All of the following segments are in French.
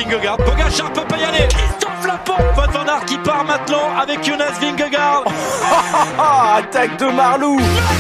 Vingegaard. Pogačar peut pas y aller. Christophe Laporte. Wout van Aert qui part maintenant avec Jonas Vingegaard. Attaque de Marlou.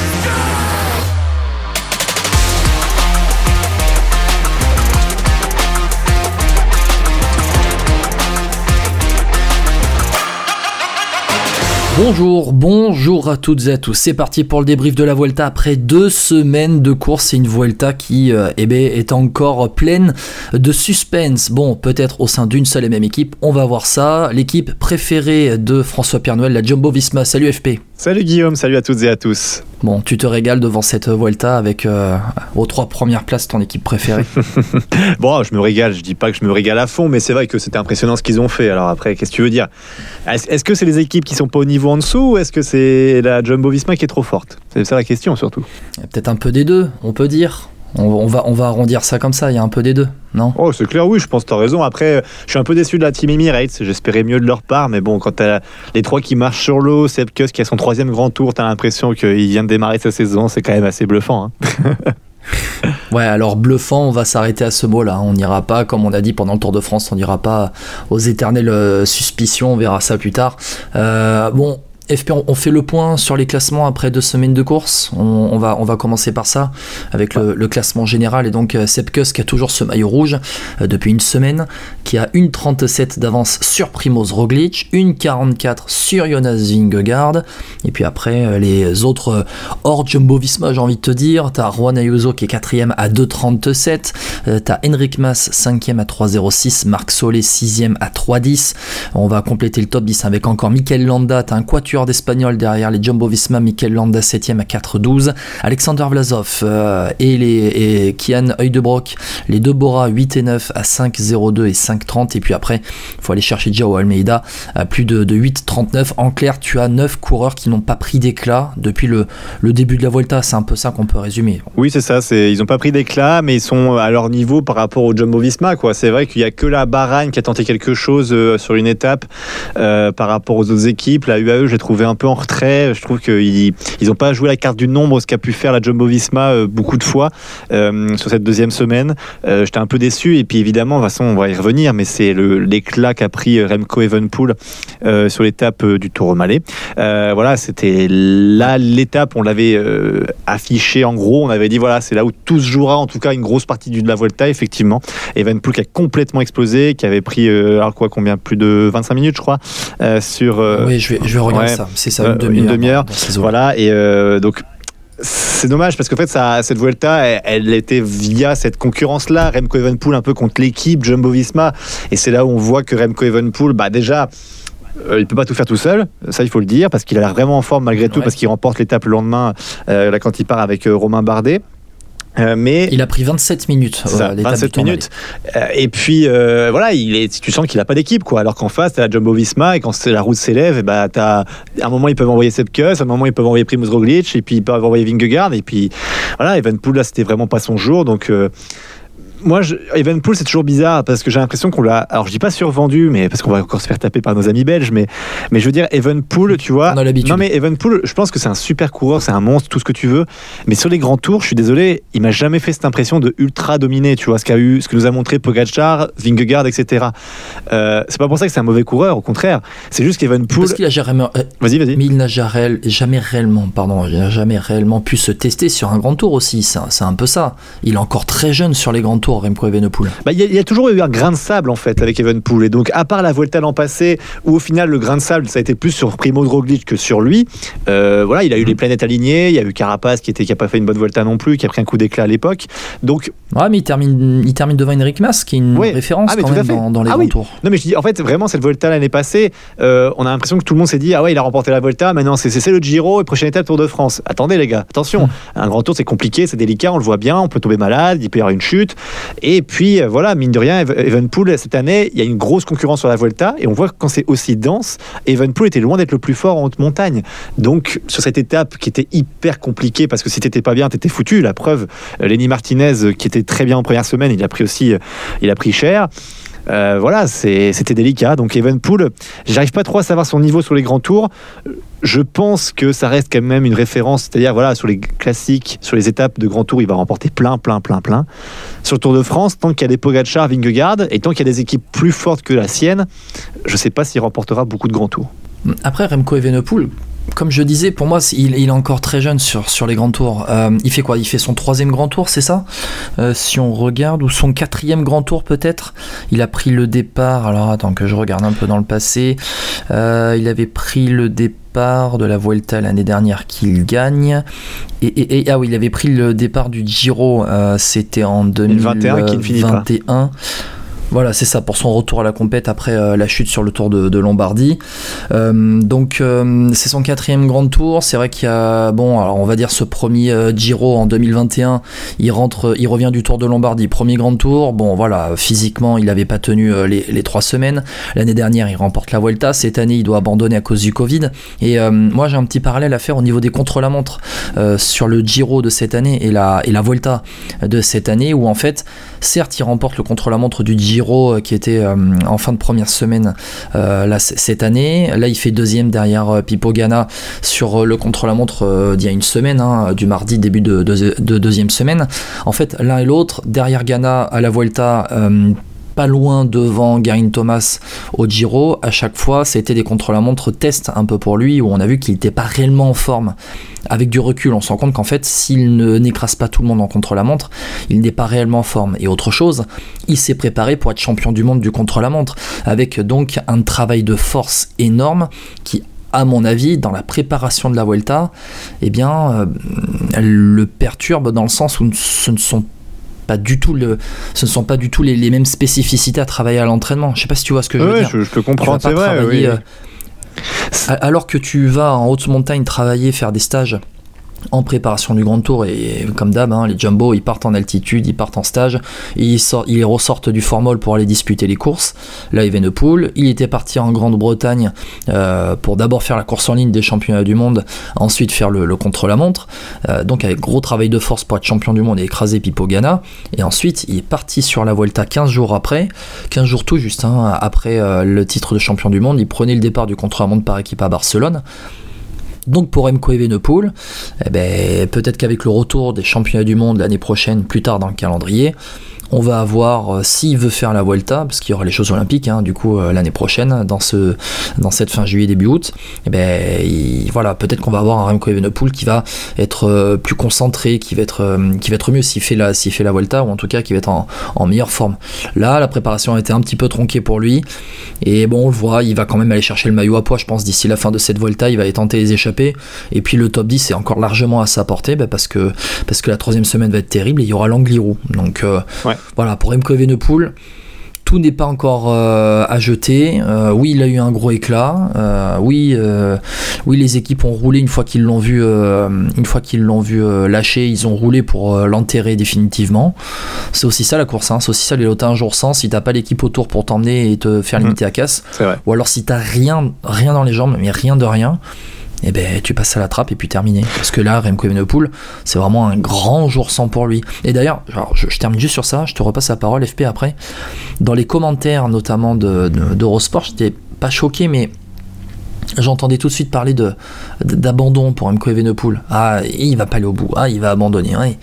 Bonjour à toutes et à tous. C'est parti pour le débrief de la Vuelta après 2 semaines de course. C'est une Vuelta qui est encore pleine de suspense. Bon, peut-être au sein d'une seule et même équipe. On va voir ça. L'équipe préférée de François-Pierre Noël, la Jumbo-Visma. Salut FP. Salut Guillaume, salut à toutes et à tous. Bon, tu te régales devant cette Vuelta avec aux 3 premières places ton équipe préférée. Bon, je me régale, je dis pas que je me régale à fond, mais c'est vrai que c'était impressionnant ce qu'ils ont fait. Alors après, qu'est-ce que tu veux dire ? Est-ce que c'est les équipes qui sont pas au niveau en dessous ou est-ce que c'est la Jumbo-Visma qui est trop forte ? C'est ça la question surtout. Il y a peut-être un peu des deux, on peut dire. On va arrondir ça comme ça, il y a un peu des deux, non ? Oh, c'est clair, oui, je pense que tu as raison. Après, je suis un peu déçu de la team Emirates, j'espérais mieux de leur part, mais bon, quand tu as les 3 qui marchent sur l'eau, Sepp Kuss qui a son 3e grand tour, tu as l'impression qu'il vient de démarrer sa saison, c'est quand même assez bluffant. Ouais, alors bluffant, on va s'arrêter à ce mot-là. On n'ira pas, comme on a dit pendant le Tour de France, on n'ira pas aux éternelles suspicions, on verra ça plus tard. Bon, FP, on fait le point sur les classements après 2 semaines de course. On va commencer par ça, avec le classement général. Et donc Sepp Kuss qui a toujours ce maillot rouge depuis une semaine, qui a 1,37 d'avance sur Primoz Roglic, 1,44 sur Jonas Vingegaard. Et puis après, les autres hors Jumbo-Visma, j'ai envie de te dire, t'as Juan Ayuso qui est 4e à 2,37, t'as Enric Mas 5e à 3,06, Marc Soler 6e à 3,10. On va compléter le top 10 avec encore Mikel Landa, t'as un quatuor d'Espagnols derrière les Jumbo-Visma, Mikel Landa 7e à 4,12, Alexander Vlasov et Kian Heudebrock, les deux Bora 8 et 9 à 5,02 et 5,30. Et puis après, il faut aller chercher Joao Almeida à plus de 8,39. En clair, tu as 9 coureurs qui n'ont pas pris d'éclat depuis le début de la Vuelta. C'est un peu ça qu'on peut résumer. Oui, c'est ça. Ils n'ont pas pris d'éclat, mais ils sont à leur niveau par rapport au Jumbo-Visma, quoi. C'est vrai qu'il n'y a que la Bahreïn qui a tenté quelque chose sur une étape par rapport aux autres équipes. La UAE, j'ai trouvé un peu en retrait. Je trouve qu'ils n'ont pas joué la carte du nombre, ce qu'a pu faire la Jumbo-Visma beaucoup de fois sur cette 2e semaine. J'étais un peu déçu. Et puis évidemment, de toute façon, on va y revenir, mais c'est l'éclat qu'a pris Remco Evenepoel sur l'étape du Tourmalet. Voilà, c'était là l'étape, on l'avait affiché en gros. On avait dit voilà, c'est là où tout se jouera, en tout cas une grosse partie de la Vuelta, effectivement. Evenepoel qui a complètement explosé, qui avait pris combien, plus de 25 minutes, je crois, sur. Oui, je vais regarder ça. C'est ça, une demi-heure. Voilà, et donc. C'est dommage parce qu'en fait cette Vuelta elle était via cette concurrence-là, Remco Evenepoel un peu contre l'équipe Jumbo-Visma, et c'est là où on voit que Remco Evenepoel, déjà il peut pas tout faire tout seul, ça il faut le dire, parce qu'il a l'air vraiment en forme malgré tout, parce qu'il remporte l'étape le lendemain là quand il part avec Romain Bardet. Mais il a pris 27 minutes. Ça, 27 minutes. Et puis voilà, tu sens qu'il n'a pas d'équipe, quoi. Alors qu'en face, t'as la Jumbo-Visma, et quand la route s'élève, à un moment ils peuvent envoyer Sepp Kuss, à un moment ils peuvent envoyer Primoz Roglic, et puis ils peuvent envoyer Vingegaard, et puis voilà, Evenepoel là c'était vraiment pas son jour, donc. Moi, Evenepoel, c'est toujours bizarre parce que j'ai l'impression qu'on l'a. Alors, je dis pas survendu, mais parce qu'on va encore se faire taper par nos amis belges, mais je veux dire, Evenepoel, tu vois. On a l'habitude. Non, mais Evenepoel, je pense que c'est un super coureur, c'est un monstre, tout ce que tu veux. Mais sur les grands tours, je suis désolé, il m'a jamais fait cette impression de ultra dominé, tu vois, ce que nous a montré Pogačar, Vingegaard, etc. C'est pas pour ça que c'est un mauvais coureur, au contraire. C'est juste qu'Evenepoel. Parce qu'il a jamais. Vas-y. Mais il n'a jamais réellement pu se tester sur un grand tour aussi. C'est un peu ça. Il est encore très jeune sur les grands tours. Remco Evenepoel. Il y a toujours eu un grain de sable en fait avec Evenepoel, et donc à part la Vuelta l'an passé où au final le grain de sable ça a été plus sur Primoz Roglic que sur lui, voilà, il a eu les planètes alignées, il y a eu Carapaz qui a pas fait une bonne Vuelta non plus, qui a pris un coup d'éclat à l'époque, donc ouais, mais il termine devant Enric Mas qui est une référence quand même dans les grands tours. Non mais je dis en fait vraiment cette Vuelta l'année passée, on a l'impression que tout le monde s'est dit il a remporté la Vuelta, maintenant c'est le Giro et prochaine étape Tour de France. Attendez les gars, attention, un grand tour c'est compliqué, c'est délicat, on le voit bien, on peut tomber malade, il peut y avoir une chute. Et puis voilà, mine de rien, Evenepoel cette année, il y a une grosse concurrence sur la Vuelta, et on voit que quand c'est aussi dense, Evenepoel était loin d'être le plus fort en haute montagne. Donc sur cette étape qui était hyper compliquée, parce que si t'étais pas bien, t'étais foutu. La preuve, Lenny Martinez qui était très bien en première semaine, il a pris cher. Voilà, c'était délicat. Donc Evenepoel, j'arrive pas trop à savoir son niveau sur les grands tours. Je pense que ça reste quand même une référence, c'est-à-dire voilà, sur les classiques, sur les étapes de Grand Tour, il va remporter plein. Sur le Tour de France, tant qu'il y a des Pogačar, Vingegaard, et tant qu'il y a des équipes plus fortes que la sienne, je ne sais pas s'il remportera beaucoup de Grands Tours. Après, Remco Evenepoel, comme je disais, pour moi, il est encore très jeune sur les grands tours. Il fait quoi ? Il fait son 3e grand tour, c'est ça ? Si on regarde, ou son 4e grand tour peut-être. Il a pris le départ, alors attends que je regarde un peu dans le passé. Il avait pris le départ de la Vuelta l'année dernière qu'il gagne. Ah oui, il avait pris le départ du Giro, c'était en 2021 qui ne finit pas. Voilà, c'est ça, pour son retour à la compète après la chute sur le Tour de Lombardie. Donc, c'est son 4e grand tour. C'est vrai qu'il y a, alors on va dire ce premier Giro en 2021, il revient du Tour de Lombardie, premier grand tour. Bon, voilà, physiquement, il n'avait pas tenu les 3 semaines. L'année dernière, il remporte la Vuelta. Cette année, il doit abandonner à cause du Covid. Et moi, j'ai un petit parallèle à faire au niveau des contre-la-montre sur le Giro de cette année et la Vuelta de cette année, où en fait, certes, il remporte le contre-la-montre du Giro qui était en fin de première semaine là, cette année. Là, il fait 2e derrière Pipo Ganna sur le contre-la-montre d'il y a une semaine, du mardi, début de 2e semaine. En fait, l'un et l'autre, derrière Ganna à la Vuelta, pas loin devant Geraint Thomas au Giro, à chaque fois c'était des contre-la-montre test un peu pour lui, où on a vu qu'il n'était pas réellement en forme. Avec du recul, on se rend compte qu'en fait, s'il n'écrase pas tout le monde en contre-la-montre, il n'est pas réellement en forme. Et autre chose, il s'est préparé pour être champion du monde du contre-la-montre, avec donc un travail de force énorme qui, à mon avis, dans la préparation de la Vuelta, le perturbe dans le sens où ce ne sont pas du tout les mêmes spécificités à travailler à l'entraînement. Je sais pas si tu vois ce que je veux dire. Je peux comprendre, c'est vrai. Oui. Alors que tu vas en haute montagne travailler, faire des stages en préparation du Grand Tour, et comme d'hab, les Jumbo, ils partent en altitude, ils partent en stage, et ils ressortent du formol pour aller disputer les courses. Là, Evenepoel, il était parti en Grande-Bretagne pour d'abord faire la course en ligne des championnats du monde, ensuite faire le contre-la-montre, donc avec gros travail de force pour être champion du monde et écraser Pipo Ganna, et ensuite il est parti sur la Vuelta 15 jours tout juste après le titre de champion du monde. Il prenait le départ du contre-la-montre par équipe à Barcelone. Donc pour Remco Evenepoel, peut-être qu'avec le retour des championnats du monde l'année prochaine, plus tard dans le calendrier, on va avoir, s'il veut faire la Vuelta, parce qu'il y aura les Jeux Olympiques du coup l'année prochaine, dans cette fin juillet début août, peut-être qu'on va avoir un Remco Evenepoel qui va être plus concentré, qui va être mieux s'il fait la Vuelta, ou en tout cas qui va être en meilleure forme. Là, la préparation a été un petit peu tronquée pour lui, et on le voit, il va quand même aller chercher le maillot à poids, je pense, d'ici la fin de cette Vuelta. Il va aller tenter les échappées, et puis le top 10 est encore largement à sa portée, parce que la 3e semaine va être terrible, et il y aura l'Angliru. Donc voilà, pour Remco Evenepoel, tout n'est pas encore à jeter. Oui, il a eu un gros éclat. Oui, les équipes ont roulé une fois qu'ils l'ont vu lâcher. Ils ont roulé pour l'enterrer définitivement. C'est aussi ça la course. C'est aussi ça les lots un jour sans. Si t'as pas l'équipe autour pour t'emmener et te faire limiter à casse, ou alors si t'as rien dans les jambes, mais rien de rien, tu passes à la trappe et puis terminé. Parce que là, Remco Evenepoel, c'est vraiment un grand jour sans pour lui. Et d'ailleurs, je termine juste sur ça, je te repasse la parole, FP, après. Dans les commentaires, notamment d'Eurosport, j'étais pas choqué, mais j'entendais tout de suite parler d'abandon pour Remco Evenepoel. Ah, il va pas aller au bout. Ah, il va abandonner. Ouais.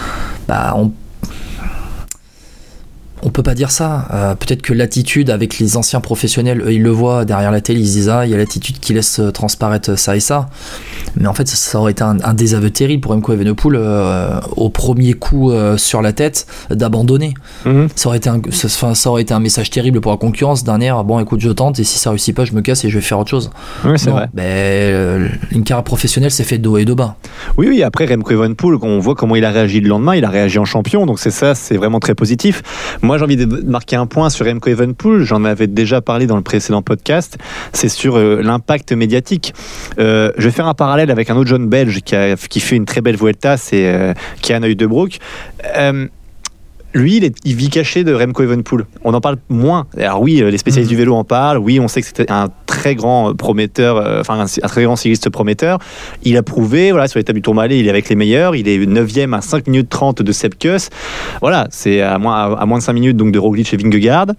On peut pas dire ça. Peut-être que l'attitude avec les anciens professionnels, eux, ils le voient derrière la télé, ils se disent il y a l'attitude qui laisse transparaître ça et ça. Mais en fait, ça aurait été un désaveu terrible pour Remco Evenepoel au premier coup sur la tête d'abandonner. Ça aurait été un message terrible pour la concurrence, d'un air écoute, je tente, et si ça réussit pas, je me casse et je vais faire autre chose. Oui, c'est vrai. Une carrière professionnelle, c'est fait de haut et de bas. Oui, après Remco Evenepoel, on voit comment il a réagi le lendemain. Il a réagi en champion, donc c'est vraiment très positif. Moi, j'ai envie de marquer un point sur Remco Evenepoel. J'en avais déjà parlé dans le précédent podcast. C'est sur l'impact médiatique. Je vais faire un parallèle avec un autre jeune belge qui fait une très belle Vuelta, c'est Kyan Uijtdebroek. Lui, il vit caché de Remco Evenepoel. On en parle moins. Alors oui, les spécialistes du vélo en parlent. Oui, on sait que c'était un très grand prometteur, un très grand cycliste prometteur. Il a prouvé, sur l'étape du Tourmalet, il est avec les meilleurs. Il est 9e à 5 minutes 30 de Sepp Kuss. Voilà, c'est à moins de 5 minutes donc de Roglic et Vingegaard.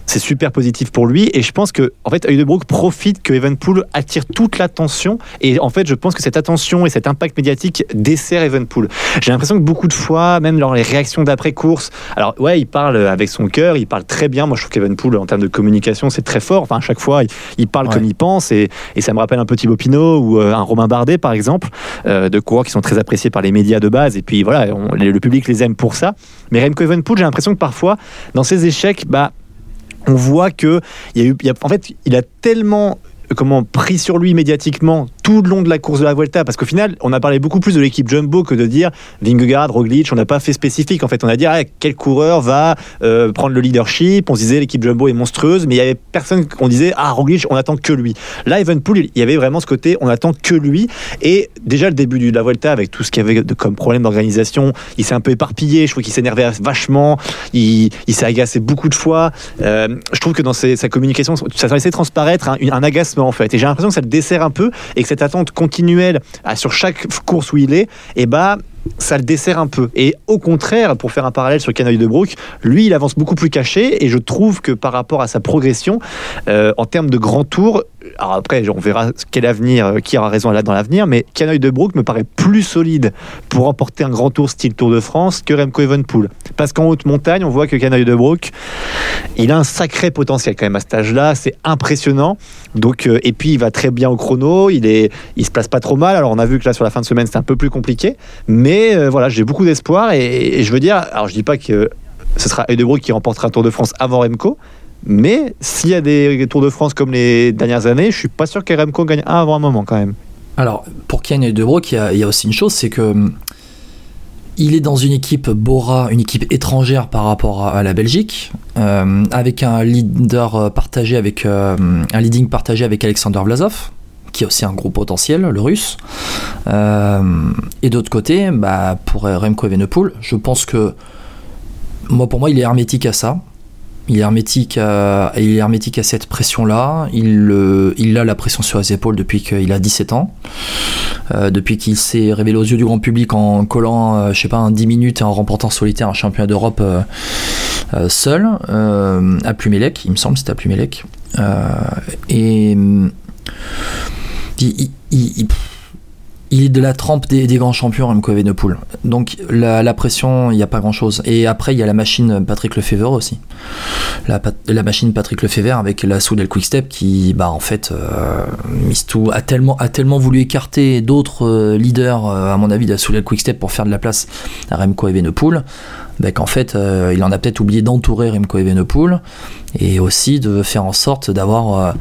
c'est super positif pour lui. Et je pense que, en fait, Heudebroek profite que Evenepoel attire toute l'attention. Et en fait, je pense que cette attention et cet impact médiatique dessert Evenepoel. J'ai l'impression que beaucoup de fois, même dans les réactions d'après-course, alors ouais, il parle avec son cœur, il parle très bien. Moi, je trouve qu'Evenepoel, en termes de communication, c'est très fort. Enfin, à chaque fois, il parle comme il pense. Et ça me rappelle un peu Thibaut Pinot ou un Romain Bardet, par exemple, de coureurs qui sont très appréciés par les médias de base. Et puis voilà, le public les aime pour ça. Mais Remco Evenepoel, j'ai l'impression que parfois, dans ses échecs, on voit que en fait, il a tellement pris sur lui médiatiquement tout le long de la course de la Vuelta, parce qu'au final on a parlé beaucoup plus de l'équipe Jumbo que de dire Vingegaard, Roglic. On n'a pas fait spécifique, en fait on a dit quel coureur va prendre le leadership. On se disait l'équipe Jumbo est monstrueuse, mais il y avait personne. On disait Roglic, on attend que lui. Là Evenepoel, il y avait vraiment ce côté on attend que lui. Et déjà le début de la Vuelta, avec tout ce qu'il y avait comme problème d'organisation, il s'est un peu éparpillé. Je trouve qu'il s'énervait vachement, il s'est agacé beaucoup de fois. Je trouve que dans sa communication, ça laissait transparaître un agacement, en fait. Et j'ai l'impression que ça le dessert un peu, et que cette attente continuelle sur chaque course où il est, ça le dessert un peu. Et au contraire, pour faire un parallèle sur Ken Heudebroek, lui il avance beaucoup plus caché, et je trouve que par rapport à sa progression en termes de grand tour, alors après on verra quel avenir, qui aura raison là dans l'avenir, mais Ken Heudebroek me paraît plus solide pour remporter un grand tour style Tour de France que Remco Evenepoel, parce qu'en haute montagne on voit que Ken Heudebroek il a un sacré potentiel quand même à cet âge-là, c'est impressionnant. Donc et puis il va très bien au chrono, il se place pas trop mal. Alors on a vu que là sur la fin de semaine c'était un peu plus compliqué, mais voilà, j'ai beaucoup d'espoir, et je veux dire, alors je dis pas que ce sera Heudebroek qui remportera un Tour de France avant Remco, mais s'il y a des Tours de France comme les dernières années, je suis pas sûr que Remco gagne un avant un moment quand même. Alors pour Ken Heudebroek, il y a aussi une chose, c'est que il est dans une équipe Bora, une équipe étrangère par rapport à la Belgique, avec un leading partagé avec Alexander Vlasov, qui a aussi un gros potentiel, le russe. Et d'autre côté, pour Remco Evenepoel, je pense que pour moi, il est hermétique à ça. Il est hermétique à cette pression-là. Il a la pression sur les épaules depuis qu'il a 17 ans. Depuis qu'il s'est révélé aux yeux du grand public en collant, 10 minutes et en remportant solitaire un championnat d'Europe seul, à Plumelec, il me semble, c'était à Plumelec. Il est de la trempe des grands champions, Remco Evenepoel. Donc la pression, il n'y a pas grand chose. Et après, il y a la machine Patrick Lefevere aussi. La machine Patrick Lefevere avec la Soudal Quick-Step qui, en fait, mise tout, a tellement voulu écarter d'autres leaders, à mon avis, de la Soudal Quick-Step pour faire de la place à Remco Evenepoel. Qu'en fait, il en a peut-être oublié d'entourer Remco Evenepoel, et aussi de faire en sorte d'avoir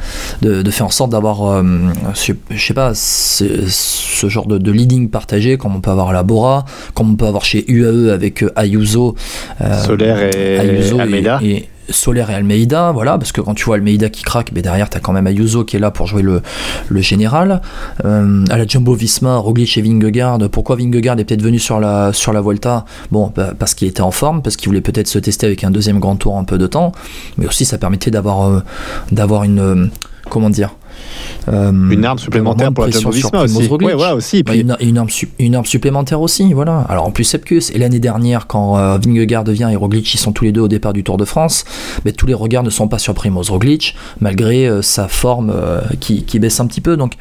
ce genre de leading partagé, comme on peut avoir à la Bora, comme on peut avoir chez UAE avec Ayuso, Soler et Almeida. Et Soler et Almeida, voilà, parce que quand tu vois Almeida qui craque, derrière t'as quand même Ayuso qui est là pour jouer le général. À la Jumbo-Visma, Roglic et Vingegaard. Pourquoi Vingegaard est peut-être venu sur la Vuelta? Parce qu'il était en forme, parce qu'il voulait peut-être se tester avec un deuxième grand tour un peu de temps, mais aussi ça permettait d'avoir une une arme supplémentaire pour la Jumbo-Visma aussi. Ouais, voilà, aussi. Puis... Une arme supplémentaire aussi, voilà. Alors en plus Sepkus, et l'année dernière quand Vingegaard vient et Roglic, ils sont tous les deux au départ du Tour de France, tous les regards ne sont pas sur Primoz Roglic, malgré sa forme qui baisse un petit peu. Donc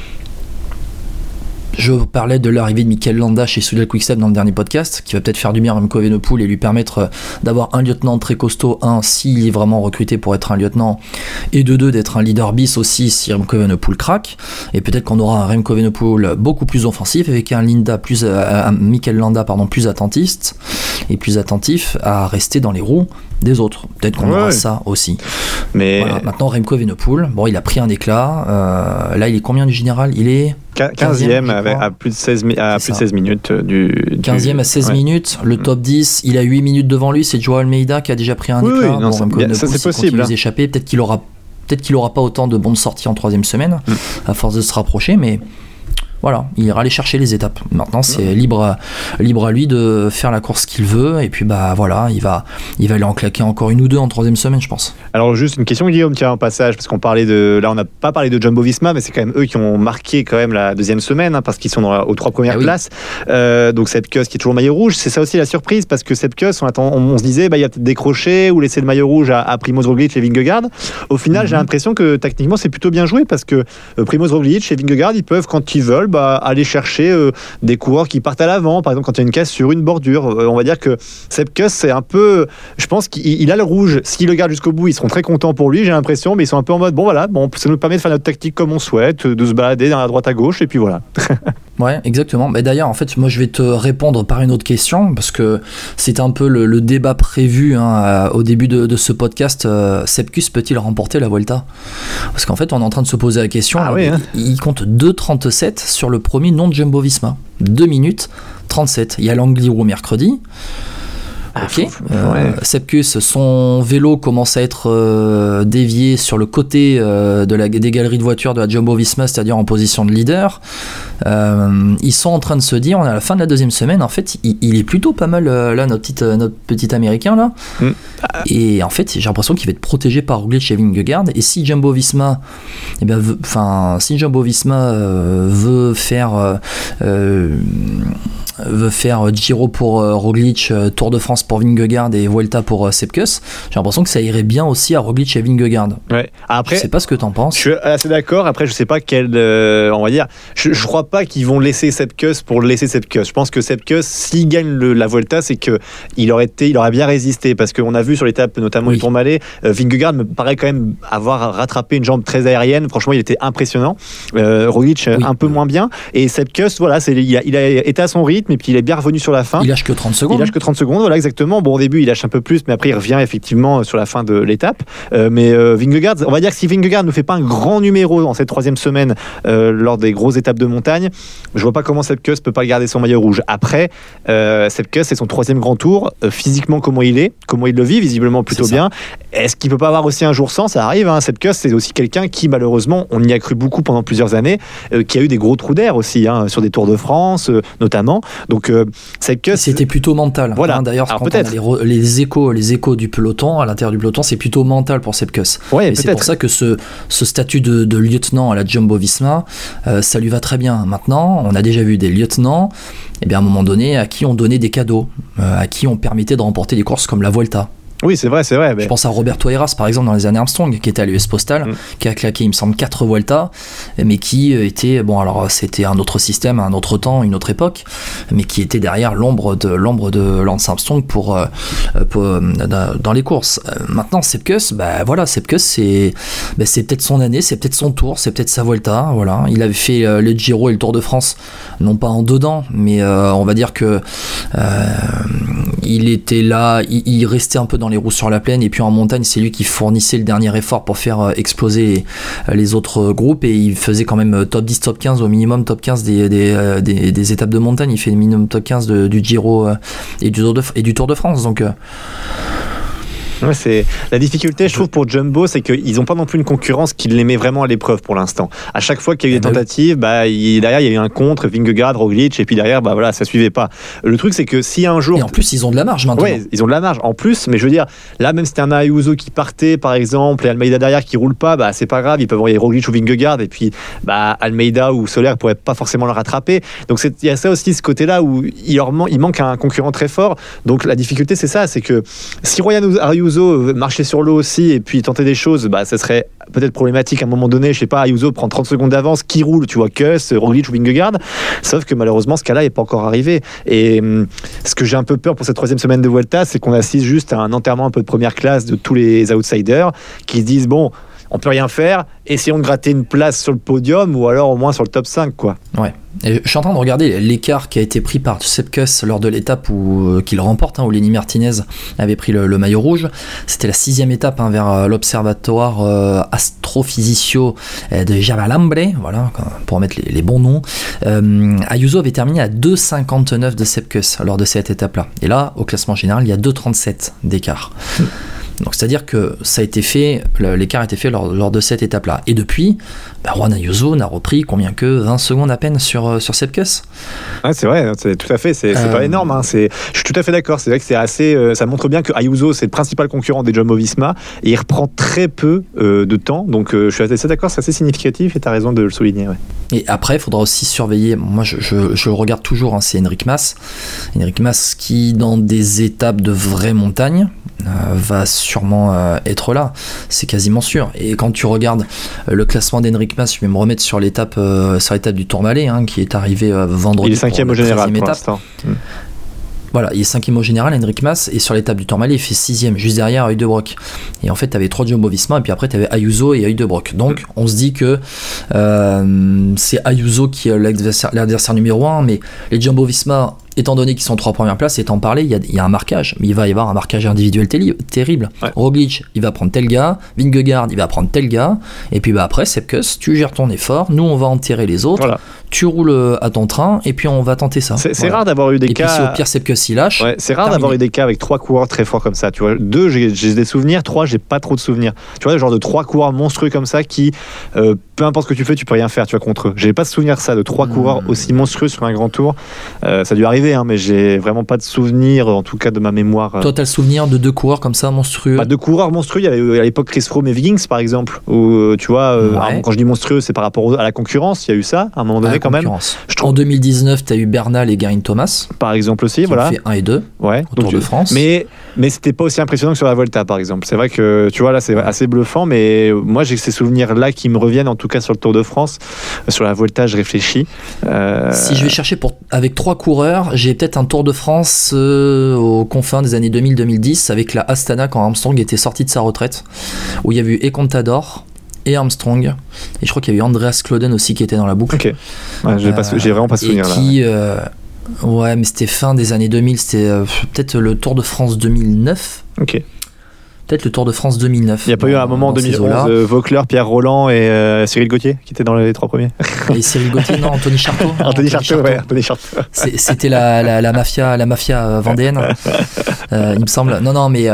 je parlais de l'arrivée de Mikel Landa chez Soudal Quick-Step dans le dernier podcast, qui va peut-être faire du bien à Remco Evenepoel et lui permettre d'avoir un lieutenant très costaud, s'il est vraiment recruté pour être un lieutenant, et de 2 d'être un leader bis aussi si Remco Evenepoel craque. Et peut-être qu'on aura un Remco Evenepoel beaucoup plus offensif, avec un Mikel Landa plus attentiste et plus attentif à rester dans les roues des autres. Peut-être qu'on aura ça aussi. Mais voilà, maintenant Remco Evenepoel, il a pris un éclat. Là il est combien du général? Il est 15e à plus de 16 minutes du 15e à 16 minutes. Le top 10, il a 8 minutes devant lui, c'est Joao Almeida qui a déjà pris un éclat. Ça c'est possible. Continue d'échapper, peut-être qu'il aura pas autant de bonnes sorties en 3e semaine à force de se rapprocher, mais Voilà, il ira aller chercher les étapes. Maintenant, c'est libre à lui de faire la course qu'il veut. Et puis, bah voilà, il va aller en claquer encore une ou deux en troisième semaine, je pense. Alors, juste une question, Guillaume, tiens, en passage, parce qu'on parlait là, on n'a pas parlé de Jumbo-Visma, mais c'est quand même eux qui ont marqué quand même la deuxième semaine, parce qu'ils sont aux 3 premières places. Donc, Sepp Kuss qui est toujours maillot rouge, c'est ça aussi la surprise, parce que Sepp Kuss, on se disait, il a peut-être décroché ou laissé le maillot rouge à Primož Roglič et Vingegaard. Au final, j'ai l'impression que techniquement, c'est plutôt bien joué, parce que Primož Roglič et Vingegaard, ils peuvent, quand ils veulent, aller chercher des coureurs qui partent à l'avant, par exemple quand il y a une casse sur une bordure. On va dire que Sepp Kuss, c'est un peu, je pense qu'il a le rouge, s'il le garde jusqu'au bout, ils seront très contents pour lui, j'ai l'impression, mais ils sont un peu en mode ça nous permet de faire notre tactique comme on souhaite, de se balader dans la droite à gauche, et puis voilà. Ouais, exactement. Mais d'ailleurs, en fait, moi, je vais te répondre par une autre question, parce que c'était un peu le débat prévu au début de ce podcast. Sepp Kuss peut-il remporter la Vuelta ? Parce qu'en fait, on est en train de se poser la question. Il compte 2,37 sur le premier nom de Jumbo-Visma. 2 minutes 37. Il y a l'Angliru mercredi. Ok. Sepp Kuss, son vélo commence à être dévié sur le côté des galeries de voitures de la Jumbo-Visma, c'est-à-dire en position de leader. Ils sont en train de se dire, on est à la fin de la deuxième semaine, en fait, il est plutôt pas mal là, notre petit américain là. Et en fait, j'ai l'impression qu'il va être protégé par Roglič et Vingegaard. Et si Jumbo-Visma, veut faire Giro pour Roglič, Tour de France pour Vingegaard et Vuelta pour Sepp Kuss, j'ai l'impression que ça irait bien aussi à Roglič et Vingegaard. Ouais. Après, je sais pas ce que t'en penses. Je suis assez d'accord. Après, je sais pas on va dire, je crois pas qu'ils vont laisser Sepp Kuss pour laisser Sepp Kuss. Je pense que Sepp Kuss, s'il gagne la Vuelta, c'est que il aurait bien résisté, parce qu'on a vu sur l'étape notamment du Tourmalet, Vingegaard me paraît quand même avoir rattrapé une jambe très aérienne. Franchement, il était impressionnant. Roglič un peu moins bien, et Sepp Kuss, voilà, il a été à son rythme, et puis il est bien revenu sur la fin. Il lâche que 30 secondes. Voilà, exactement. Bon, au début, il lâche un peu plus, mais après, il revient effectivement sur la fin de l'étape. Mais Vingegaard, on va dire que si Vingegaard ne fait pas un grand numéro dans cette troisième semaine lors des grosses étapes de montagne, je vois pas comment Sepp Kuss peut pas garder son maillot rouge. Après, Sepp Kuss, c'est son 3e grand tour. Physiquement, comment il le vit, visiblement plutôt bien. Est-ce qu'il peut pas avoir aussi un jour sans ? Ça arrive, hein. Sepp Kuss, c'est aussi quelqu'un qui, malheureusement, on y a cru beaucoup pendant plusieurs années, qui a eu des gros trous d'air aussi, sur des Tours de France notamment. Donc Sepp Kuss, c'était plutôt mental. Voilà. D'ailleurs, quand on a les échos du peloton, à l'intérieur du peloton, c'est plutôt mental pour Sepp Kuss. Et c'est pour ça que ce statut de lieutenant à la Jumbo-Visma, ça lui va très bien. Maintenant, on a déjà vu des lieutenants, à un moment donné, à qui on donnait des cadeaux, à qui on permettait de remporter des courses comme la Vuelta. Oui, c'est vrai. Je pense à Roberto Heras, par exemple, dans les années Armstrong, qui était à l'US Postal, qui a claqué, il me semble, 4 Vuelta, mais qui était, alors c'était un autre système, un autre temps, une autre époque, mais qui était derrière l'ombre de Lance Armstrong dans les courses. Maintenant, Sepp Kuss, Sepp Kuss, c'est peut-être son année, c'est peut-être son tour, c'est peut-être sa Vuelta, voilà. Il avait fait le Giro et le Tour de France, non pas en dedans, mais on va dire que il était là, il restait un peu dans les roues sur la plaine, et puis en montagne c'est lui qui fournissait le dernier effort pour faire exploser les autres groupes, et il faisait quand même top 10, top 15 au minimum, top 15 des étapes de montagne. Il fait le minimum top 15 du Giro et du Tour de France, donc Ouais, c'est la difficulté, je trouve, pour Jumbo, c'est qu'ils n'ont pas non plus une concurrence qui les met vraiment à l'épreuve pour l'instant. À chaque fois qu'il y a eu des tentatives, derrière il y a eu un contre, Vingegaard, Roglič, et puis derrière, ça suivait pas. Le truc, c'est que si un jour, et en plus ils ont de la marge maintenant. Ouais, ils ont de la marge. En plus, mais je veux dire, là, même si c'était un Ayuso qui partait, par exemple, et Almeida derrière qui roule pas, c'est pas grave, ils peuvent envoyer Roglič ou Vingegaard, et puis Almeida ou Soler pourraient pas forcément le rattraper. Donc il y a ça aussi, ce côté-là où il manque un concurrent très fort. Donc la difficulté, c'est ça, c'est que si Royan Ayuso marcher sur l'eau aussi et puis tenter des choses, ça serait peut-être problématique à un moment donné. Je sais pas, Ayuso prend 30 secondes d'avance, qui roule, tu vois, Kuss, Roglič ou Vingegaard. Sauf que malheureusement, ce cas-là n'est pas encore arrivé. Et ce que j'ai un peu peur pour cette troisième semaine de Vuelta, c'est qu'on assiste juste à un enterrement un peu de première classe de tous les outsiders qui se disent, bon, on peut rien faire, essayons de gratter une place sur le podium ou alors au moins sur le top 5, quoi. Ouais. Et je suis en train de regarder l'écart qui a été pris par Sepp Kuss lors de l'étape qu'il remporte, où Lenny Martinez avait pris le maillot rouge. C'était la 6e étape vers l'observatoire Astrofisio de Javalambre, voilà, pour mettre les bons noms. Ayuso avait terminé à 2,59 de Sepp Kuss lors de cette étape-là. Et là, au classement général, il y a 2,37 d'écart. Donc C'est-à-dire que ça a été fait, l'écart a été fait lors de cette étape-là. Et depuis, Juan Ayuso n'a repris combien que 20 secondes à peine sur Sepp Kuss. Ouais, c'est vrai, c'est tout à fait, c'est pas énorme. Hein, je suis tout à fait d'accord. C'est vrai que c'est assez, ça montre bien que Ayuso c'est le principal concurrent des Jumbo-Visma et il reprend très peu de temps. Donc je suis assez d'accord, c'est assez significatif et tu as raison de le souligner. Ouais. Et après, il faudra aussi surveiller. Moi, je regarde toujours. Hein, c'est Enric Mas. Enric Mas qui, dans des étapes de vraie montagne, va sûrement être là. C'est quasiment sûr. Et quand tu regardes le classement d'Enric Mas, je vais me remettre sur l'étape du Tourmalet, hein, qui est arrivé vendredi. Il est 5e au général pour l'instant. Voilà, il est 5e au général, Enric Mas, et sur l'étape du Tourmalet, il fait 6e, juste derrière Heudebrock. Et en fait, tu avais 3 Jumbo-Visma, et puis après, tu avais Ayuso et Heudebrock. Donc, on se dit que c'est Ayuso qui est l'adversaire numéro 1, mais les Jumbo-Visma, étant donné qu'ils sont 3 premières places, étant parlé, il y a un marquage, mais il va y avoir un marquage individuel terrible. Ouais. Roglic, il va prendre tel gars, Vingegaard, il va prendre tel gars, et puis après, Sepp Kuss, tu gères ton effort, nous, on va enterrer les autres. Voilà. Tu roules à ton train et puis on va tenter ça. C'est rare d'avoir eu des cas. Et puis si au pire Sepp Kuss il lâche. Ouais, c'est rare d'avoir eu des cas avec 3 coureurs très forts comme ça. Tu vois, 2 j'ai des souvenirs, 3 j'ai pas trop de souvenirs. Tu vois, genre de 3 coureurs monstrueux comme ça qui, peu importe ce que tu fais, tu peux rien faire. Tu vois contre eux. J'ai pas de souvenir de ça, de 3 coureurs aussi monstrueux sur un grand tour. Ça a dû arriver, hein, mais j'ai vraiment pas de souvenir, en tout cas de ma mémoire. Toi, t'as le souvenir de 2 coureurs comme ça monstrueux? 2 coureurs monstrueux. Il y avait à l'époque Chris Froome et Wiggins par exemple. Où tu vois, quand je dis monstrueux, c'est par rapport à la concurrence. Il y a eu ça à un moment donné quand même. En 2019, tu as eu Bernal et Geraint Thomas. Par exemple aussi, qui voilà. ont fait 1 et 2 au Tour de France. Mais c'était pas aussi impressionnant que sur la Volta, par exemple. C'est vrai que, tu vois, là, c'est assez bluffant, mais moi, j'ai ces souvenirs-là qui me reviennent, en tout cas sur le Tour de France. Sur la Volta, je réfléchis. Si je vais chercher avec 3 coureurs, j'ai peut-être un Tour de France aux confins des années 2000-2010, avec la Astana quand Armstrong était sorti de sa retraite, où il y a eu Contador et Armstrong, et je crois qu'il y a eu Andreas Klöden aussi qui était dans la boucle. Ok, ouais, j'ai vraiment pas souvenir là. Ouais, mais c'était fin des années 2000, c'était peut-être le Tour de France 2009. Ok. Peut-être le Tour de France 2009. Il n'y a pas eu un moment en 2011, Vaucler, Pierre Roland et Cyril Gauthier qui étaient dans les 3 premiers. Et Cyril Gauthier, non, Anthony Charteau. Anthony Charteau. C'était la mafia vendéenne, il me semble. Non, mais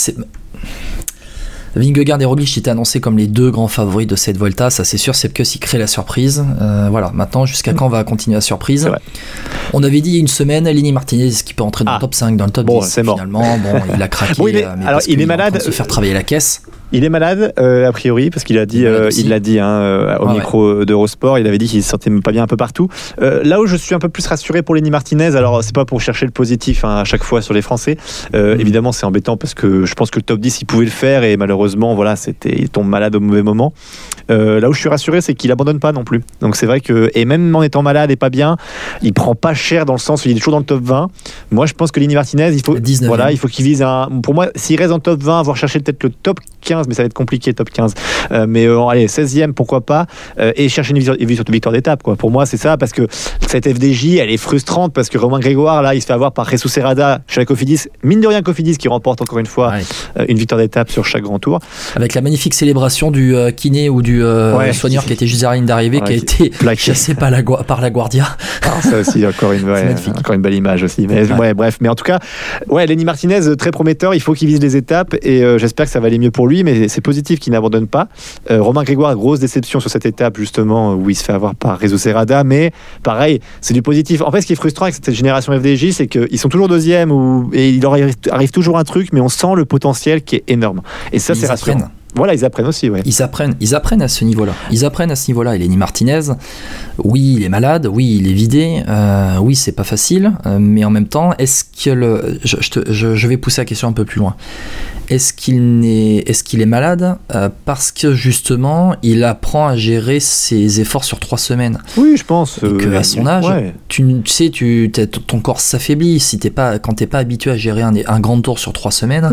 Vingegaard et Roglic étaient annoncés comme les 2 grands favoris de cette Volta, ça c'est sûr. Sepp Kuss il crée la surprise. Voilà, maintenant jusqu'à quand on va continuer la surprise? On avait dit il y a une semaine, Lenny Martinez qui peut entrer dans le top 5, dans le top 10. C'est mort. Finalement, il a craqué. Il est malade. De se faire travailler la caisse. Il est malade, a priori, parce qu'il a dit, il l'a dit au micro d'Eurosport, il avait dit qu'il se sentait pas bien un peu partout. Là où je suis un peu plus rassuré pour Lenny Martinez, alors c'est pas pour chercher le positif à chaque fois sur les Français, évidemment c'est embêtant parce que je pense que le top 10 il pouvait le faire et malheureusement voilà, il tombe malade au mauvais moment. Là où je suis rassuré, c'est qu'il abandonne pas non plus. Donc c'est vrai que, et même en étant malade et pas bien, il prend pas cher dans le sens où il est toujours dans le top 20. Moi je pense que Lenny Martinez, il faut qu'il vise pour moi, s'il reste dans le top 20, voire chercher peut-être le top 15, mais ça va être compliqué, top 15. Mais allez, 16e, pourquoi pas, et chercher une victoire d'étape, quoi. Pour moi, c'est ça, parce que cette FDJ, elle est frustrante, parce que Romain Grégoire, là, il se fait avoir par Jesus Herrada chez la Cofidis. Mine de rien, Cofidis qui remporte encore une fois une victoire d'étape sur chaque grand tour. Avec la magnifique célébration du kiné ou du soigneur qui était juste à la ligne d'arrivée, qui a été chassé par la Guardia. Ça aussi, encore une belle image aussi. Mais, bref. Mais en tout cas, Lenny Martinez, très prometteur, il faut qu'il vise les étapes, et j'espère que ça va aller mieux pour lui, mais c'est positif qu'il n'abandonne pas. Romain Grégoire, grosse déception sur cette étape justement où il se fait avoir par Jesus Herrada, mais pareil, c'est du positif. En fait, ce qui est frustrant avec cette génération FDJ, c'est qu'ils sont toujours 2e et il leur arrive toujours un truc, mais on sent le potentiel qui est énorme. Et ça, c'est rassurant. Voilà, ils apprennent aussi, Ils apprennent à ce niveau-là. Et Lenny Martinez, oui, il est malade, oui, il est vidé, oui, c'est pas facile, mais en même temps, est-ce que je vais pousser la question un peu plus loin. Est-ce qu'il est malade parce que justement il apprend à gérer ses efforts sur 3 semaines? Oui, je pense. Et qu'à son âge, tu sais, ton corps s'affaiblit. Quand t'es pas habitué à gérer un grand tour sur 3 semaines,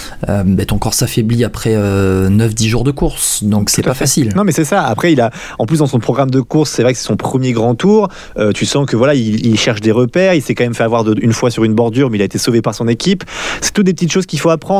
ton corps s'affaiblit après 9-10 jours de course. Donc c'est pas facile. Non, mais c'est ça. Après, en plus dans son programme de course, c'est vrai que c'est son premier grand tour. Tu sens que voilà, il cherche des repères. Il s'est quand même fait avoir une fois sur une bordure, mais il a été sauvé par son équipe. C'est toutes des petites choses qu'il faut apprendre,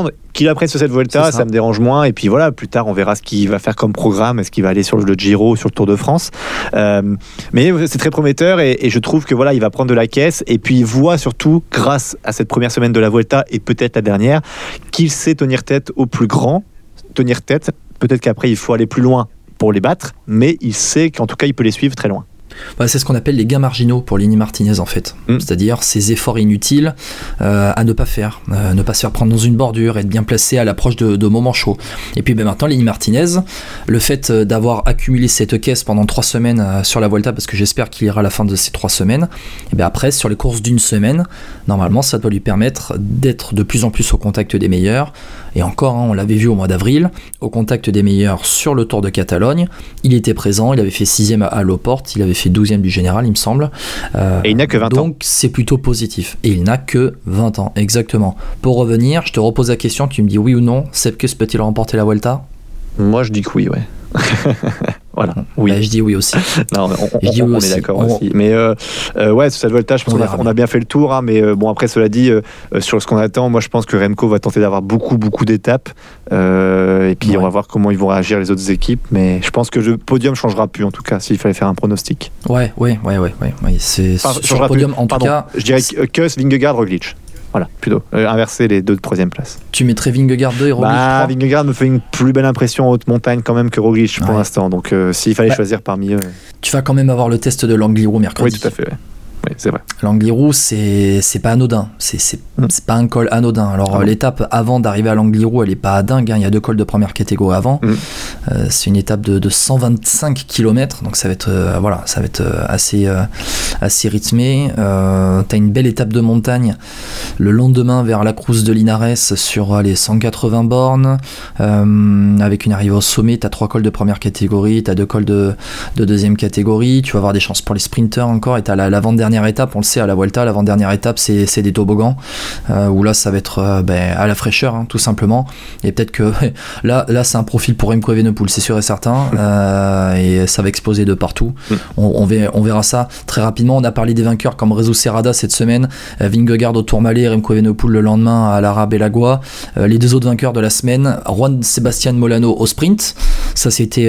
qu'il apprenne sur cette Vuelta, ça me dérange moins. Et puis voilà, plus tard, on verra ce qu'il va faire comme programme. Est-ce qu'il va aller sur le Giro, sur le Tour de France. Mais c'est très prometteur et je trouve que voilà, il va prendre de la caisse. Et puis il voit surtout, grâce à cette première semaine de la Vuelta et peut-être la dernière, qu'il sait tenir tête aux plus grands. Tenir tête, peut-être qu'après il faut aller plus loin pour les battre, mais il sait qu'en tout cas il peut les suivre très loin. C'est ce qu'on appelle les gains marginaux pour Lenny Martinez en fait. C'est-à-dire ces efforts inutiles à ne pas faire, ne pas se faire prendre dans une bordure, être bien placé à l'approche de moments chauds. Et puis maintenant Lenny Martinez, le fait d'avoir accumulé cette caisse pendant 3 semaines sur la Vuelta, parce que j'espère qu'il ira à la fin de ces 3 semaines, et bien après sur les courses d'une semaine, normalement ça doit lui permettre d'être de plus en plus au contact des meilleurs. Et encore, on l'avait vu au mois d'avril, au contact des meilleurs sur le Tour de Catalogne. Il était présent, il avait fait 6e à Loporte, il avait fait 12e du général, il me semble. Et il n'a que 20 ans. Donc c'est plutôt positif. Et il n'a que 20 ans, exactement. Pour revenir, je te repose la question, tu me dis oui ou non, Sepp peut-il remporter la Vuelta ? Moi je dis que oui, ouais. Voilà, oui. Je dis oui aussi. Non, on est d'accord aussi. Mais ouais, sur cette Vuelta, je pense qu'on a bien fait le tour. Mais bon, après, cela dit, sur ce qu'on attend, moi je pense que Remco va tenter d'avoir beaucoup d'étapes. Et puis on va voir comment ils vont réagir les autres équipes. Mais je pense que le podium ne changera plus, en tout cas, s'il fallait faire un pronostic. Ouais. C'est sur le podium, en tout cas. Je dirais Kuss, Vingegaard, Roglic. Voilà, plutôt. Inverser les 2 de 3e place. Tu mettrais Vingegaard 2 et Roglic 3 ? Vingegaard me fait une plus belle impression en haute montagne quand même que Roglic pour l'instant. Donc s'il fallait choisir parmi eux... Tu vas quand même avoir le test de l'Angliru mercredi. Oui, tout à fait, ouais. Oui, c'est vrai. L'Angliru, c'est pas anodin. C'est pas un col anodin. Alors, l'étape avant d'arriver à l'Angliru, elle est pas dingue. Il y a 2 cols de première catégorie avant. C'est une étape de 125 km. Donc, ça va être, assez rythmé. T'as une belle étape de montagne le lendemain vers la Cruz de Linares sur les 180 bornes. Avec une arrivée au sommet, t'as 3 cols de première catégorie. T'as 2 cols de deuxième catégorie. Tu vas avoir des chances pour les sprinters encore. Et t'as l'avant-dernière étape, on le sait, à la Vuelta, l'avant-dernière étape c'est des toboggans où là ça va être à la fraîcheur, tout simplement. Et peut-être que là c'est un profil pour Remco Evenepoel, c'est sûr et certain, et ça va exploser de partout. On verra ça très rapidement. On a parlé des vainqueurs comme Rezo Serrada cette semaine, Vingegaard au Tourmalet, Remco Evenepoel le lendemain à l'Ara Belagua. Les 2 autres vainqueurs de la semaine, Juan Sebastian Molano au sprint, ça c'était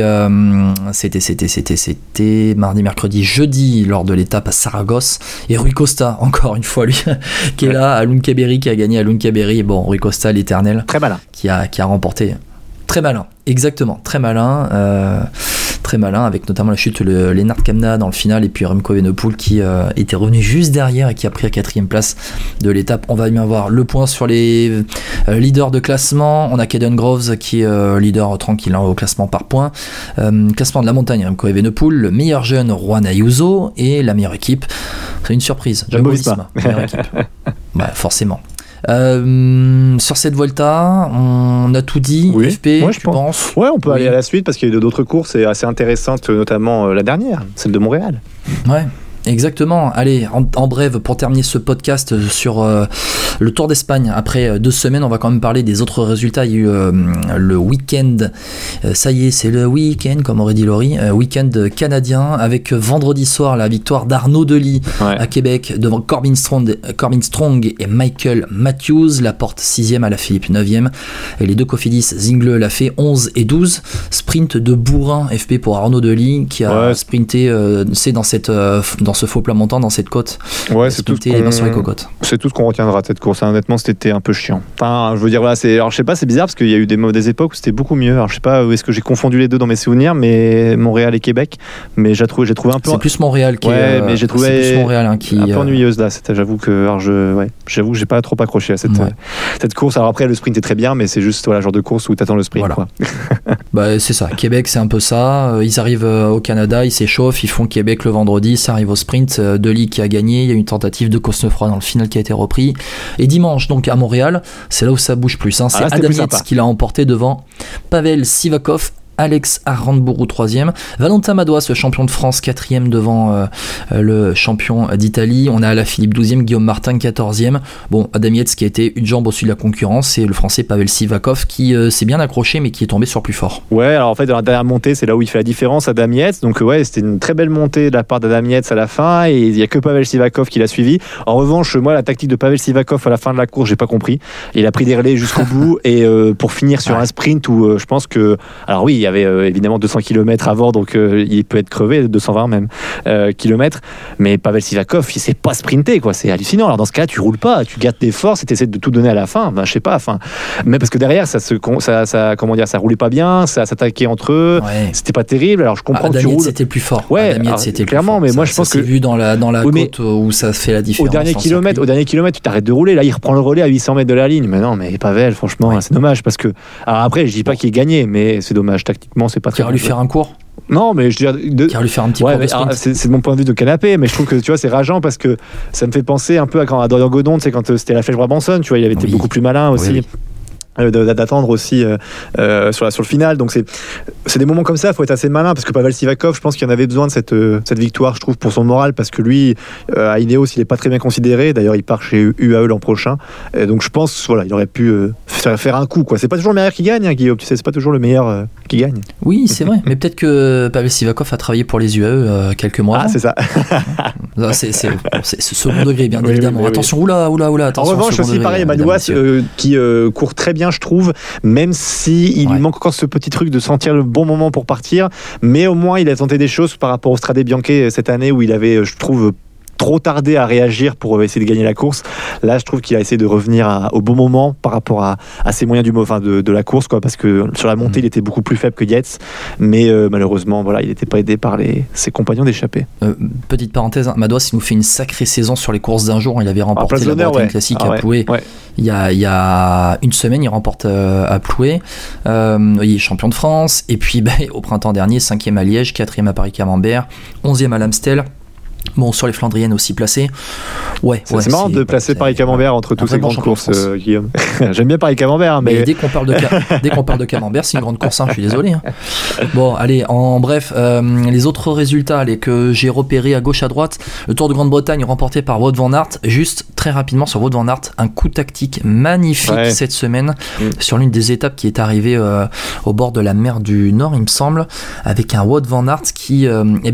mardi, mercredi, jeudi lors de l'étape à Saragosse. Et Rui Costa, encore une fois, lui, qui est là, à Lunkeberry, qui a gagné à Lunkeberry. Bon, Rui Costa, l'éternel. Très malin. Qui a remporté. Très malin, exactement. Très malin, avec notamment la chute de Lennart Kemna dans le final, et puis Remco Evenepoel qui était revenu juste derrière et qui a pris la 4e place de l'étape. On va bien voir le point sur les leaders de classement. On a Caden Groves qui est leader tranquille au classement par points. Classement de la montagne, Remco Evenepoel, le meilleur jeune Juan Ayuso, et la meilleure équipe, c'est une surprise, Jumbo-Visma, meilleure équipe. Forcément. Sur cette Vuelta, on a tout dit. FP, je pense. Ouais, on peut aller à la suite parce qu'il y a eu d'autres courses assez intéressantes, notamment la dernière, celle de Montréal. Ouais. Exactement. Allez, en bref, pour terminer ce podcast sur le Tour d'Espagne, après 2 semaines, on va quand même parler des autres résultats. Il y a eu le week-end, ça y est, c'est le week-end, comme aurait dit Laurie, week-end canadien, avec vendredi soir la victoire d'Arnaud Delis à Québec devant Corbin Strong et Michael Matthews, Laporte 6e, Alaphilippe 9e, et les 2 Cofidis, Zingle l'a fait 11 et 12, sprint de bourrin FP pour Arnaud Delis qui a sprinté, dans ce faux plat montant, dans cette côte. Ouais, c'est tout ce qu'on retiendra de cette course. Honnêtement, c'était un peu chiant. Enfin, je veux dire, voilà, alors je sais pas, c'est bizarre parce qu'il y a eu des époques où c'était beaucoup mieux. Alors je sais pas où est-ce que j'ai confondu les deux dans mes souvenirs, mais Montréal et Québec. Mais j'ai trouvé un peu. C'est plus Montréal qui. Ouais, mais j'ai trouvé. C'est plus Montréal qui. Un peu ennuyeuse là. J'avoue que j'ai pas trop accroché à cette course. Alors après, le sprint est très bien, mais c'est juste le genre de course où t'attends le sprint. Voilà. Quoi. C'est ça. Québec, c'est un peu ça. Ils arrivent au Canada, ils s'échauffent, ils font Québec le vendredi, ça arrive au sprint. Delis qui a gagné, il y a une tentative de Cosnefroy dans le final qui a été repris. Et dimanche, donc à Montréal, c'est là où ça bouge plus. C'est Adam Yates qui l'a emporté devant Pavel Sivakov Alex Aramburu 3e, Valentin Madouas, ce champion de France 4e devant le champion d'Italie. On a Alaphilippe 12e, Guillaume Martin 14e. Bon, Adam Yates qui a été une jambe au-dessus de la concurrence, et le français Pavel Sivakov qui s'est bien accroché mais qui est tombé sur plus fort. Ouais, alors en fait dans la dernière montée c'est là où il fait la différence, Adam Yates. Donc ouais, c'était une très belle montée de la part d'Adam Yates à la fin, et il n'y a que Pavel Sivakov qui l'a suivi. En revanche, moi la tactique de Pavel Sivakov à la fin de la course, j'ai pas compris. Il a pris des relais jusqu'au bout, et pour finir sur un sprint où je pense que, alors oui, il y avait évidemment 200 km avant, donc il peut être crevé, 220 même km, mais Pavel Sivakov il sait pas sprinter, quoi. C'est hallucinant. Alors dans ce cas tu roules pas, tu gardes tes forces et tu essaies de tout donner à la fin. Ben, je sais pas, mais parce que derrière ça comment dire, ça roulait pas bien, ça s'attaquait entre eux, c'était pas terrible. Alors je comprends que tu roules, c'était plus fort. Ouais, c'était clairement, mais moi je pense que c'est vu dans la côte où ça fait la différence. Au dernier kilomètre tu t'arrêtes de rouler, là il reprend le relais à 800 mètres de la ligne. Mais non, mais Pavel, franchement, c'est dommage, parce que, alors après je dis pas qu'il est gagné, mais c'est dommage, tactiquement c'est pas très. Tu vas lui faire un cours. Non, mais je veux dire, qui va lui faire un petit cours de sprint. C'est de mon point de vue de canapé, mais je trouve que tu vois, c'est rageant, parce que ça me fait penser un peu à Dorian Godon, tu sais, quand c'était la Flèche Brabançonne, tu vois, il avait été beaucoup plus malin aussi. Oui. D'attendre aussi sur le final. Donc c'est des moments comme ça, il faut être assez malin, parce que Pavel Sivakov, je pense qu'il en avait besoin de cette victoire, je trouve, pour son moral, parce que lui à Ineos il est pas très bien considéré. D'ailleurs il part chez UAE l'an prochain, et donc je pense il aurait pu faire un coup, quoi. C'est pas toujours le meilleur qui gagne, hein, Guillaume, tu sais, c'est pas toujours le meilleur qui gagne. Oui, c'est vrai, mais peut-être que Pavel Sivakov a travaillé pour les UAE quelques mois avant. C'est ça. c'est second degré, bien évidemment. Oui. Attention, oula, attention. En revanche aussi pareil, Madouas qui court très bien, je trouve, même si il lui manque encore ce petit truc de sentir le bon moment pour partir, mais au moins il a tenté des choses par rapport au Strade Bianche cette année, où il avait, je trouve, trop tardé à réagir pour essayer de gagner la course. Là je trouve qu'il a essayé de revenir au bon moment par rapport à ses moyens de la course, quoi, parce que sur la montée il était beaucoup plus faible que Yates, mais malheureusement il n'était pas aidé par ses compagnons d'échappée. Petite parenthèse, Madouas il nous fait une sacrée saison sur les courses d'un jour. Il avait remporté la Bretagne Classique à Plouay il y a une semaine. Il remporte à Plouay, il est champion de France, et puis au printemps dernier 5e à Liège, 4e à Paris-Camembert, 11e à l'Amstel. Bon, sur les Flandriennes aussi placées. C'est marrant de placer Paris-Camembert entre tous ces grandes courses, Guillaume. J'aime bien Paris-Camembert, mais dès qu'on parle de Camembert, c'est une grande course, je suis désolé. Bon, allez, en bref, les autres résultats que j'ai repérés à gauche à droite, le Tour de Grande-Bretagne remporté par Wout van Aert. Juste très rapidement sur Wout van Aert, un coup tactique magnifique cette semaine sur l'une des étapes qui est arrivée au bord de la mer du Nord, il me semble, avec un Wout van Aert qui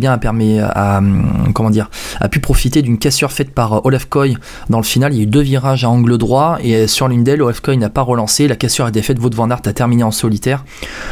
a pu profiter d'une cassure faite par Olaf Koy dans le final. Il y a eu 2 virages à angle droit, et sur l'une d'elles, Olaf Koy n'a pas relancé, la cassure a été faite, Wout van Aert a terminé en solitaire.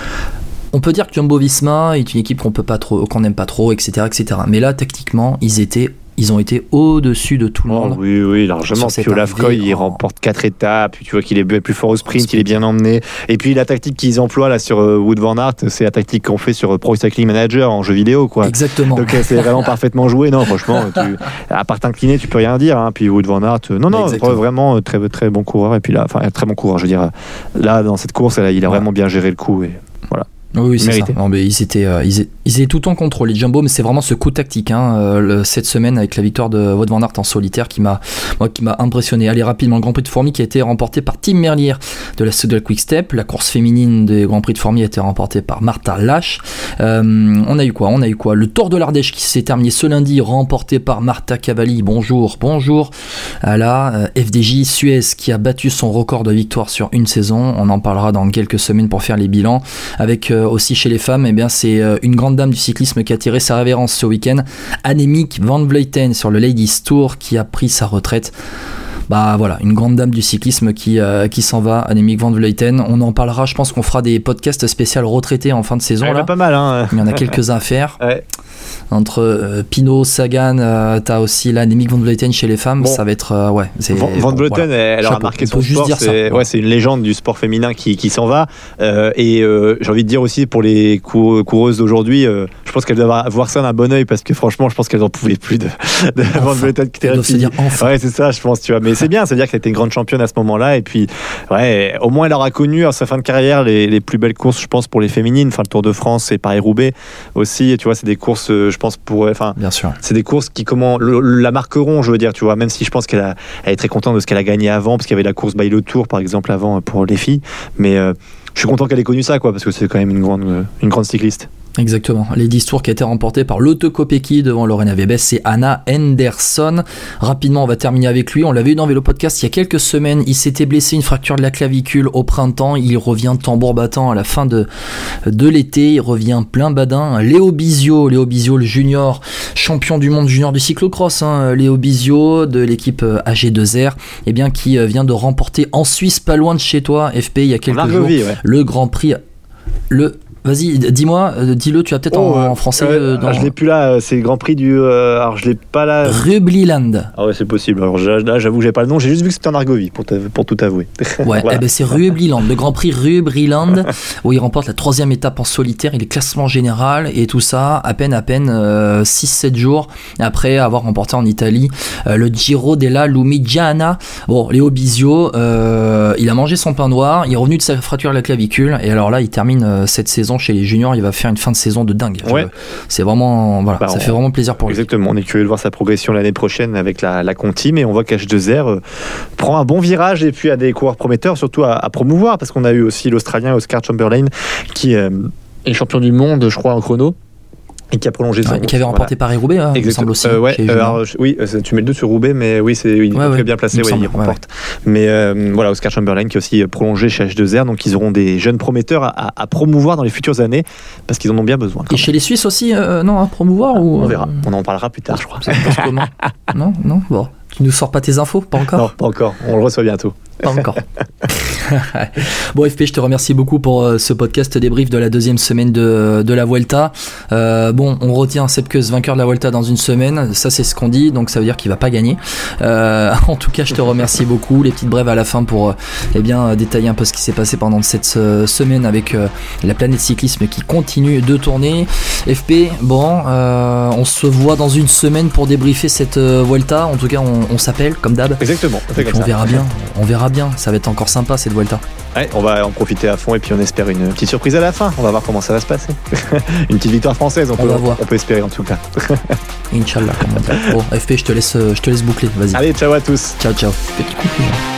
On peut dire que Jumbo-Visma est une équipe qu'on n'aime pas trop, etc. Mais là, tactiquement, ils ont été au-dessus de tout le monde. Oui, largement. Puis Olaf Koy, il remporte 4 étapes. Puis tu vois qu'il est plus fort au sprint, il est bien emmené. Et puis la tactique qu'ils emploient là sur Wout van Aert, c'est la tactique qu'on fait sur Pro Cycling Manager en jeu vidéo, quoi. Exactement. Donc c'est vraiment parfaitement joué. Non, franchement, à part t'incliner, tu peux rien dire. Hein. Puis Wout van Aert, vraiment très très bon coureur. Et puis là, très bon coureur, je veux dire. Là, dans cette course, il a vraiment bien géré le coup. Et voilà. Oui, c'est mérité. Ça. Non, mais ils étaient tout en contrôle, les Jumbo, mais c'est vraiment ce coup tactique cette semaine avec la victoire de Wout van Aert en solitaire qui m'a impressionné. Allez, rapidement, le Grand Prix de Fourmies qui a été remporté par Tim Merlier de la Quick Step. La course féminine des Grand Prix de Fourmies a été remportée par Martha Lash. On a eu quoi ? Le Tour de l'Ardèche qui s'est terminé ce lundi, remporté par Marta Cavalli. Bonjour. À la FDJ Suez qui a battu son record de victoire sur une saison. On en parlera dans quelques semaines pour faire les bilans. Avec aussi chez les femmes, c'est une grande dame du cyclisme qui a tiré sa révérence ce week-end, Annemiek van Vleuten sur le Ladies Tour, qui a pris sa retraite. Une grande dame du cyclisme qui s'en va, Annemiek van Vleuten. On en parlera, je pense qu'on fera des podcasts spéciaux retraités en fin de saison. Il y en a pas mal, hein. Il y en a quelques-uns à faire. Entre Pinot, Sagan, t'as aussi Annemiek van Vleuten chez les femmes. Ça va être Van Vleuten, elle a marqué son sport. C'est une légende du sport féminin qui s'en va. Et j'ai envie de dire aussi pour les coureuses d'aujourd'hui, je pense qu'elles doivent voir ça d'un bon oeil, parce que franchement, je pense qu'elles en pouvaient plus de Van Vleuten qui était fini. Ouais, c'est ça, je pense, tu vois. Mais c'est bien, c'est-à-dire qu'elle était une grande championne à ce moment-là. Et puis, au moins, elle aura connu à sa fin de carrière les plus belles courses, je pense, pour les féminines. Enfin, le Tour de France et Paris-Roubaix aussi. Et tu vois, c'est des courses, je pense, bien sûr. C'est des courses qui la marqueront, je veux dire, tu vois. Même si je pense qu'elle est très contente de ce qu'elle a gagné avant, parce qu'il y avait la course Baille le Tour, par exemple, avant pour les filles. Mais je je suis content qu'elle ait connu ça, quoi, parce que c'est quand même une grande cycliste. Exactement. Les 10 tours qui a été remporté par Lotte Kopecky devant Lorena Wiebes et Anna Henderson. Rapidement, on va terminer avec lui. On l'avait eu dans Vélo Podcast il y a quelques semaines. Il s'était blessé, une fracture de la clavicule au printemps. Il revient tambour battant à la fin de l'été. Il revient plein badin. Léo Bizio, le junior, champion du monde junior du cyclocross. Léo Bizio de l'équipe AG2R, qui vient de remporter en Suisse, pas loin de chez toi, FP, il y a quelques jours, le Grand Prix. Vas-y, dis-moi, dis-le, tu as peut-être en français. Je l'ai plus là, c'est le Grand Prix du. Alors je l'ai pas là. Rubliland. Ah ouais, c'est possible. Alors là, j'avoue, j'ai pas le nom, j'ai juste vu que c'était en Argovie, pour tout avouer. Ouais, voilà. C'est Rubliland, le Grand Prix Rubliland, où il remporte la 3e étape en solitaire, il est classement général et tout ça, à peine 6-7 jours après avoir remporté en Italie le Giro della Lunigiana. Bon, Léo Bizio, il a mangé son pain noir, il est revenu de sa fracture de la clavicule, et alors là, il termine cette saison chez les juniors, il va faire une fin de saison de dingue. Ouais. C'est vraiment, ça fait vraiment plaisir pour lui. Exactement, on est curieux de voir sa progression l'année prochaine avec la Conti, mais on voit qu'H2R prend un bon virage et puis a des coureurs prometteurs, surtout à promouvoir, parce qu'on a eu aussi l'Australien Oscar Chamberlain qui est champion du monde, je crois, en chrono. Et qui a prolongé son qui avait remporté Paris-Roubaix, il me semble aussi. Oui, tu mets le 2 sur Roubaix, mais oui, il est très bien placé, il remporte. Mais voilà, Oscar Chamberlain qui a aussi prolongé chez H2R, donc ils auront des jeunes prometteurs à promouvoir dans les futures années, parce qu'ils en ont bien besoin. Et chez les Suisses aussi, à promouvoir ou... On verra, on en parlera plus tard, je crois. Ça se passe comment ? Non, bon. Tu nous sors pas tes infos ? Pas encore ? Non, pas encore, on le reçoit bientôt. Pas encore. Bon, FP, je te remercie beaucoup pour ce podcast débrief de la 2e semaine de la Vuelta. On retient Sepp Kuss vainqueur de la Vuelta dans une semaine, ça c'est ce qu'on dit, donc ça veut dire qu'il va pas gagner. En tout cas, je te remercie beaucoup. Les petites brèves à la fin pour détailler un peu ce qui s'est passé pendant cette semaine avec la planète cyclisme qui continue de tourner. FP, on se voit dans une semaine pour débriefer cette Vuelta. En tout cas, on s'appelle comme d'hab. Exactement. On verra bien, ça va être encore sympa cette Vuelta. Ouais, on va en profiter à fond et puis on espère une petite surprise à la fin. On va voir comment ça va se passer. Une petite victoire française, on peut espérer en tout cas. Inch'Allah, comme on dit. Bon, FP, je te laisse boucler, vas-y. Allez, ciao à tous. Ciao. Petite conclusion.